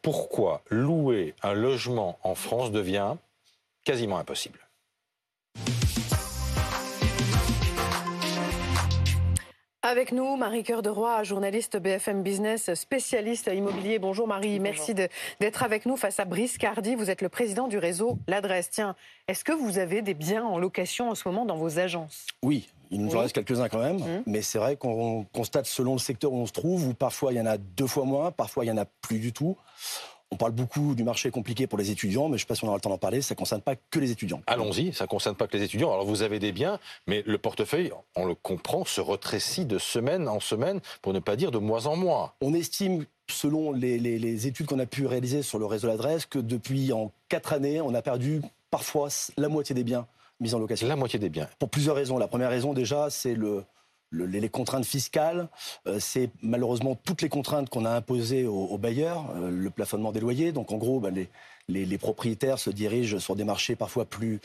Pourquoi louer un logement en France devient quasiment impossible? Avec nous, Marie Cœur de Roy, journaliste BFM Business, spécialiste immobilier. Bonjour Marie, merci d'être avec nous face à Brice Cardi. Vous êtes le président du réseau L'Adresse. Tiens, est-ce que vous avez des biens en location en ce moment dans vos agences? Oui, il nous en reste quelques-uns quand même. Mais c'est vrai qu'on constate selon le secteur où on se trouve, où parfois il y en a 2 fois moins, parfois il n'y en a plus du tout. On parle beaucoup du marché compliqué pour les étudiants, mais je ne sais pas si on aura le temps d'en parler, ça ne concerne pas que les étudiants. Allons-y, ça ne concerne pas que les étudiants. Alors vous avez des biens, mais le portefeuille, on le comprend, se rétrécit de semaine en semaine, pour ne pas dire de mois en mois. On estime, selon les études qu'on a pu réaliser sur le réseau L'Adresse, que depuis 4 années, on a perdu parfois la moitié des biens mis en location. La moitié des biens. Pour plusieurs raisons. La première raison, déjà, c'est les contraintes fiscales, c'est malheureusement toutes les contraintes qu'on a imposées aux bailleurs, le plafonnement des loyers. Donc en gros, les propriétaires se dirigent sur des marchés parfois plus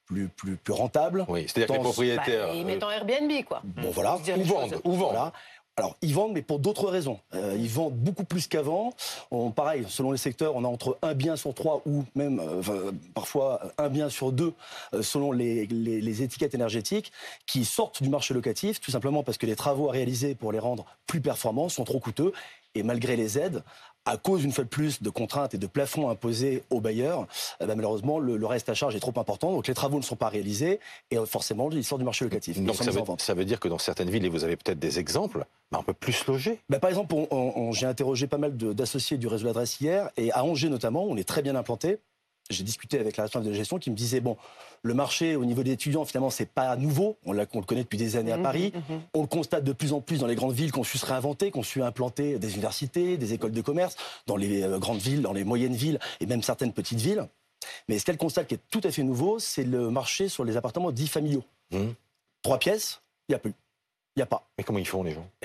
rentables. Oui, c'est-à-dire que les propriétaires... ils mettent en Airbnb, quoi. Bon voilà, ou vendent. Voilà. Alors, ils vendent, mais pour d'autres raisons. Ils vendent beaucoup plus qu'avant. Pareil, selon les secteurs, on a entre 1 bien sur 3 ou même parfois 1 bien sur 2, selon les étiquettes énergétiques, qui sortent du marché locatif, tout simplement parce que les travaux à réaliser pour les rendre plus performants sont trop coûteux. Et malgré les aides, à cause une fois de plus de contraintes et de plafonds imposés aux bailleurs, malheureusement le reste à charge est trop important, donc les travaux ne sont pas réalisés et forcément ils sortent du marché locatif. Donc ça veut dire que dans certaines villes, et vous avez peut-être des exemples, on peut plus se loger. Par exemple, j'ai interrogé pas mal d'associés du réseau L'Adresse hier, et à Angers notamment, on est très bien implanté. J'ai discuté avec la responsable de gestion qui me disait, le marché au niveau des étudiants, finalement, c'est pas nouveau. On le connaît depuis des années à Paris. On le constate de plus en plus dans les grandes villes qui ont su se réinventer, qui ont su implanter des universités, des écoles de commerce, dans les grandes villes, dans les moyennes villes et même certaines petites villes. Mais ce qu'elle constate qui est tout à fait nouveau, c'est le marché sur les appartements dits familiaux. 3 pièces, il n'y a plus. Il n'y a pas. Mais comment ils font, les gens?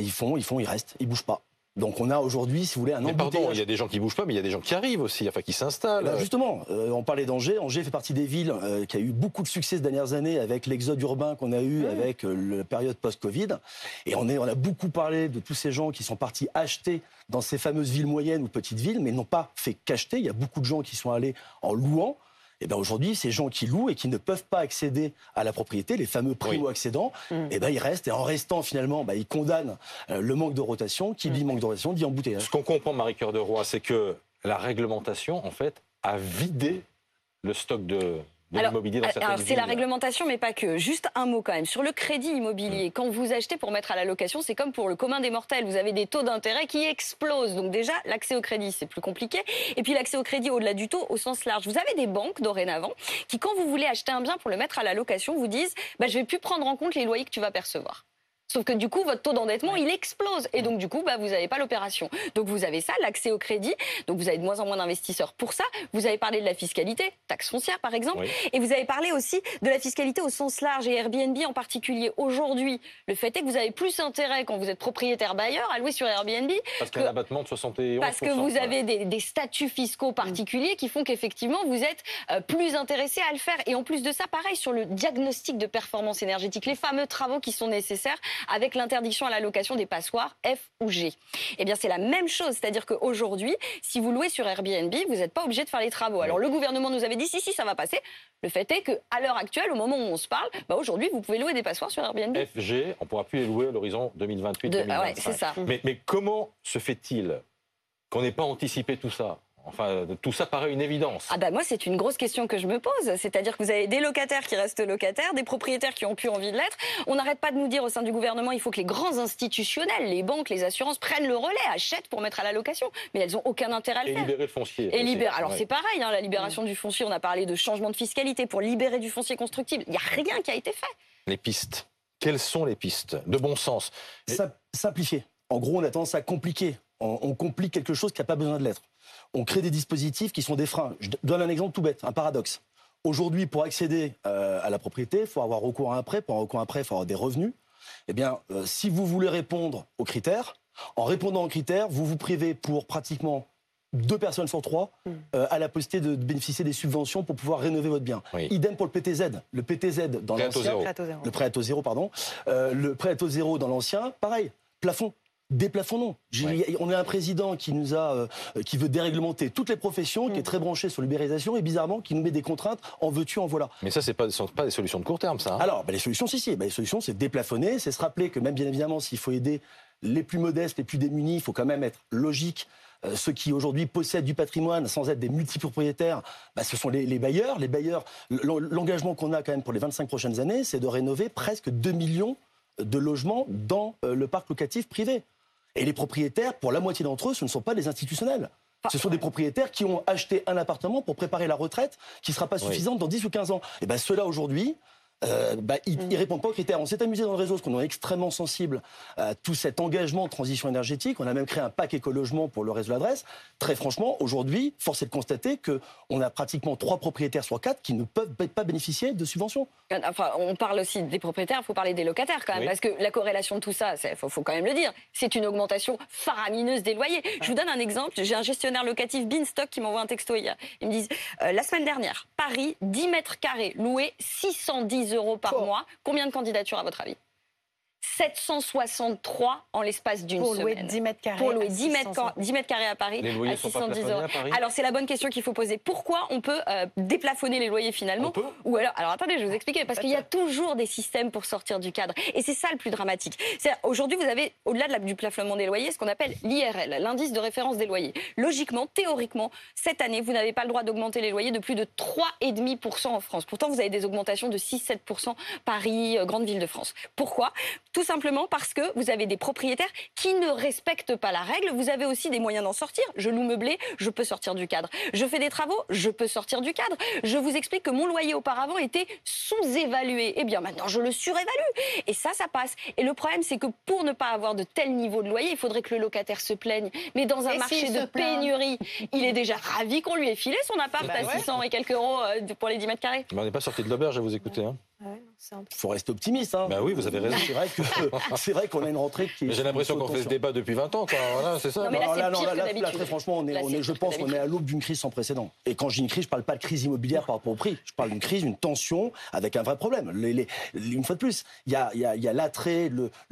Ils restent, ils bougent pas. Donc on a aujourd'hui, si vous voulez, un embouteillage. Pardon, il y a des gens qui bougent pas, mais il y a des gens qui arrivent aussi, qui s'installent. Justement, on parlait d'Angers. Angers fait partie des villes qui a eu beaucoup de succès ces dernières années avec l'exode urbain qu'on a eu avec la période post-Covid. Et on a beaucoup parlé de tous ces gens qui sont partis acheter dans ces fameuses villes moyennes ou petites villes, mais n'ont pas fait qu'acheter. Il y a beaucoup de gens qui sont allés en louant. Et aujourd'hui, ces gens qui louent et qui ne peuvent pas accéder à la propriété, les fameux primo-accédants, ils restent. Et en restant, finalement, ils condamnent le manque de rotation. Qui dit manque de rotation, dit embouteillage. Ce qu'on comprend, Marie Cœur de Roy, c'est que la réglementation, en fait, a vidé le stock de l'immobilier dans certaines villes. C'est la réglementation, mais pas que. Juste un mot quand même. Sur le crédit immobilier, quand vous achetez pour mettre à la location, c'est comme pour le commun des mortels. Vous avez des taux d'intérêt qui explosent. Donc déjà, l'accès au crédit, c'est plus compliqué. Et puis l'accès au crédit au-delà du taux, au sens large. Vous avez des banques, dorénavant, qui, quand vous voulez acheter un bien pour le mettre à la location, vous disent je ne vais plus prendre en compte les loyers que tu vas percevoir. Sauf que du coup, votre taux d'endettement, il explose. Et donc, du coup, vous n'avez pas l'opération. Donc, vous avez ça, l'accès au crédit. Donc, vous avez de moins en moins d'investisseurs pour ça. Vous avez parlé de la fiscalité, taxe foncière, par exemple. Et vous avez parlé aussi de la fiscalité au sens large et Airbnb en particulier. Aujourd'hui, le fait est que vous avez plus intérêt, quand vous êtes propriétaire bailleur, à louer sur Airbnb. Parce qu'il y a un abattement de 71%. Parce que vous avez des statuts fiscaux particuliers qui font qu'effectivement, vous êtes plus intéressé à le faire. Et en plus de ça, pareil, sur le diagnostic de performance énergétique, les fameux travaux qui sont nécessaires, avec l'interdiction à la location des passoires F ou G. Eh bien, c'est la même chose. C'est-à-dire qu'aujourd'hui, si vous louez sur Airbnb, vous n'êtes pas obligé de faire les travaux. Alors, le gouvernement nous avait dit, si, ça va passer. Le fait est qu'à l'heure actuelle, au moment où on se parle, aujourd'hui, vous pouvez louer des passoires sur Airbnb. FG, on ne pourra plus les louer à l'horizon 2028-2025. C'est ça. Mais comment se fait-il qu'on n'ait pas anticipé tout ça ? Enfin, tout ça paraît une évidence. Moi, c'est une grosse question que je me pose. C'est-à-dire que vous avez des locataires qui restent locataires, des propriétaires qui n'ont plus envie de l'être. On n'arrête pas de nous dire au sein du gouvernement, il faut que les grands institutionnels, les banques, les assurances prennent le relais, achètent pour mettre à la location. Mais elles n'ont aucun intérêt à le faire. Et libérer le foncier. Alors c'est pareil, la libération du foncier, on a parlé de changement de fiscalité pour libérer du foncier constructible. Il n'y a rien qui a été fait. Les pistes. Quelles sont les pistes de bon sens? Simplifier. En gros, on a tendance à compliquer. On complique quelque chose qui n'a pas besoin de l'être. On crée des dispositifs qui sont des freins. Je donne un exemple tout bête, un paradoxe. Aujourd'hui, pour accéder à la propriété, il faut avoir recours à un prêt. Pour avoir recours à un prêt, il faut avoir des revenus. Eh bien, si vous voulez répondre aux critères, en répondant aux critères, vous vous privez pour pratiquement 2 personnes sur 3 à la possibilité de bénéficier des subventions pour pouvoir rénover votre bien. Idem pour le PTZ. Le PTZ dans l'ancien... Le prêt à taux zéro, pardon. Le prêt à taux zéro dans l'ancien, pareil, plafond. déplafonnons. On a un président qui veut déréglementer toutes les professions, qui est très branché sur l'ubérisation et bizarrement qui nous met des contraintes, en veux-tu, en voilà. Mais ça, ce ne sont pas des solutions de court terme, ça. Alors, les solutions, les solutions, c'est déplafonner, c'est se rappeler que même bien évidemment, s'il faut aider les plus modestes, les plus démunis, il faut quand même être logique. Ceux qui aujourd'hui possèdent du patrimoine sans être des multipropriétaires, ce sont les bailleurs. Les bailleurs, l'engagement qu'on a quand même pour les 25 prochaines années, c'est de rénover presque 2 millions de logements dans le parc locatif privé. Et les propriétaires, pour la moitié d'entre eux, ce ne sont pas des institutionnels. Ce sont des propriétaires qui ont acheté un appartement pour préparer la retraite qui ne sera pas suffisante dans 10 ou 15 ans. Et ceux-là, aujourd'hui, ils répondent pas aux critères. On s'est amusé dans le réseau parce qu'on est extrêmement sensible à tout cet engagement de transition énergétique. On a même créé un pack écologement pour le réseau L'Adresse. Très franchement, aujourd'hui, force est de constater qu'on a pratiquement 3 propriétaires sur 4 qui ne peuvent pas bénéficier de subventions. Enfin, on parle aussi des propriétaires, il faut parler des locataires quand même, parce que la corrélation de tout ça, faut quand même le dire, c'est une augmentation faramineuse des loyers. Je vous donne un exemple, j'ai un gestionnaire locatif Beanstock qui m'envoie un texto hier. Ils me disent, la semaine dernière, Paris, 10 mètres carrés loués, 610 € par mois. Combien de candidatures à votre avis ? 763 en l'espace d'une semaine. Pour louer 10 mètres carrés. Pour louer 10 mètres carrés à Paris, les loyers à 610 sont pas €. à Paris. Alors c'est la bonne question qu'il faut poser. Pourquoi on peut déplafonner les loyers finalement ? Ou alors attendez, je vais vous expliquer. Parce qu'il y a toujours des systèmes pour sortir du cadre. Et c'est ça le plus dramatique. Aujourd'hui, vous avez, au-delà du plafonnement des loyers, ce qu'on appelle l'IRL, l'indice de référence des loyers. Logiquement, théoriquement, cette année, vous n'avez pas le droit d'augmenter les loyers de plus de 3,5% en France. Pourtant, vous avez des augmentations de 6-7% Paris, grande ville de France. Pourquoi ? Tout simplement parce que vous avez des propriétaires qui ne respectent pas la règle. Vous avez aussi des moyens d'en sortir. Je loue meublé, je peux sortir du cadre. Je fais des travaux, je peux sortir du cadre. Je vous explique que mon loyer auparavant était sous-évalué. Eh bien maintenant, je le surévalue. Et ça passe. Et le problème, c'est que pour ne pas avoir de tel niveau de loyer, il faudrait que le locataire se plaigne. Mais dans un marché de pénurie, il est déjà ravi qu'on lui ait filé son appart à 600 et quelques euros pour les 10 mètres carrés. Mais on n'est pas sorti de l'auberge à vous écouter. Hein. Il faut rester optimiste. Oui, vous avez raison. C'est vrai qu'on a une rentrée qui est... J'ai l'impression qu'on fait ce débat depuis 20 ans. Voilà, c'est ça. Non, mais là, très franchement, je pense qu'on est à l'aube d'une crise sans précédent. Et quand je dis une crise, je ne parle pas de crise immobilière par rapport au prix. Je parle d'une crise, une tension avec un vrai problème. Une fois de plus, il y a l'attrait,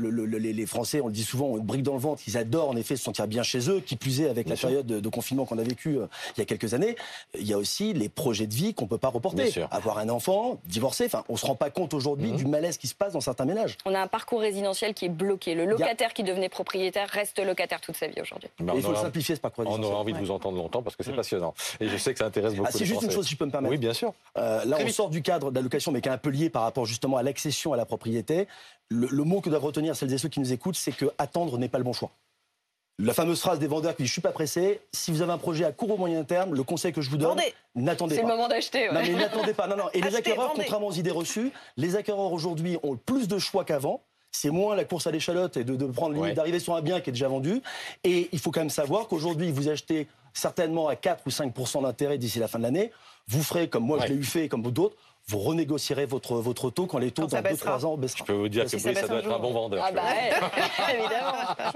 les Français, on le dit souvent, ont une brique dans le ventre. Ils adorent en effet se sentir bien chez eux, qui plus est avec la période de confinement qu'on a vécu il y a quelques années. Il y a aussi les projets de vie qu'on ne peut pas reporter. Avoir un enfant, divorcer, on ne se rend pas compte aujourd'hui du malaise qui se passe dans certains ménages. On a un parcours résidentiel qui est bloqué. Le locataire qui devenait propriétaire reste locataire toute sa vie aujourd'hui. Il faut le simplifier ce parcours résidentiel. On aura envie de vous entendre longtemps parce que c'est passionnant. Et je sais que ça intéresse beaucoup les Français. C'est juste une chose, si je peux me permettre. Oui, bien sûr. Là, on sort du cadre de la location, mais qui est un peu lié par rapport justement à l'accession à la propriété. Le mot que doivent retenir celles et ceux qui nous écoutent, c'est que attendre n'est pas le bon choix. La fameuse phrase des vendeurs qui dit « je suis pas pressé », si vous avez un projet à court ou moyen terme, le conseil que je vous donne, n'attendez pas. C'est le moment d'acheter. Non mais n'attendez pas. Non. Et les acquéreurs, contrairement aux idées reçues, les acquéreurs aujourd'hui ont plus de choix qu'avant. C'est moins la course à l'échalote et de prendre d'arriver sur un bien qui est déjà vendu. Et il faut quand même savoir qu'aujourd'hui, vous achetez certainement à 4 ou 5% d'intérêt d'ici la fin de l'année. Vous ferez, comme moi je l'ai eu fait, comme d'autres, vous renégocierez votre taux quand les taux dans 2-3 ans baisseront. Je peux vous dire que ça doit être un bon vendeur. Évidemment.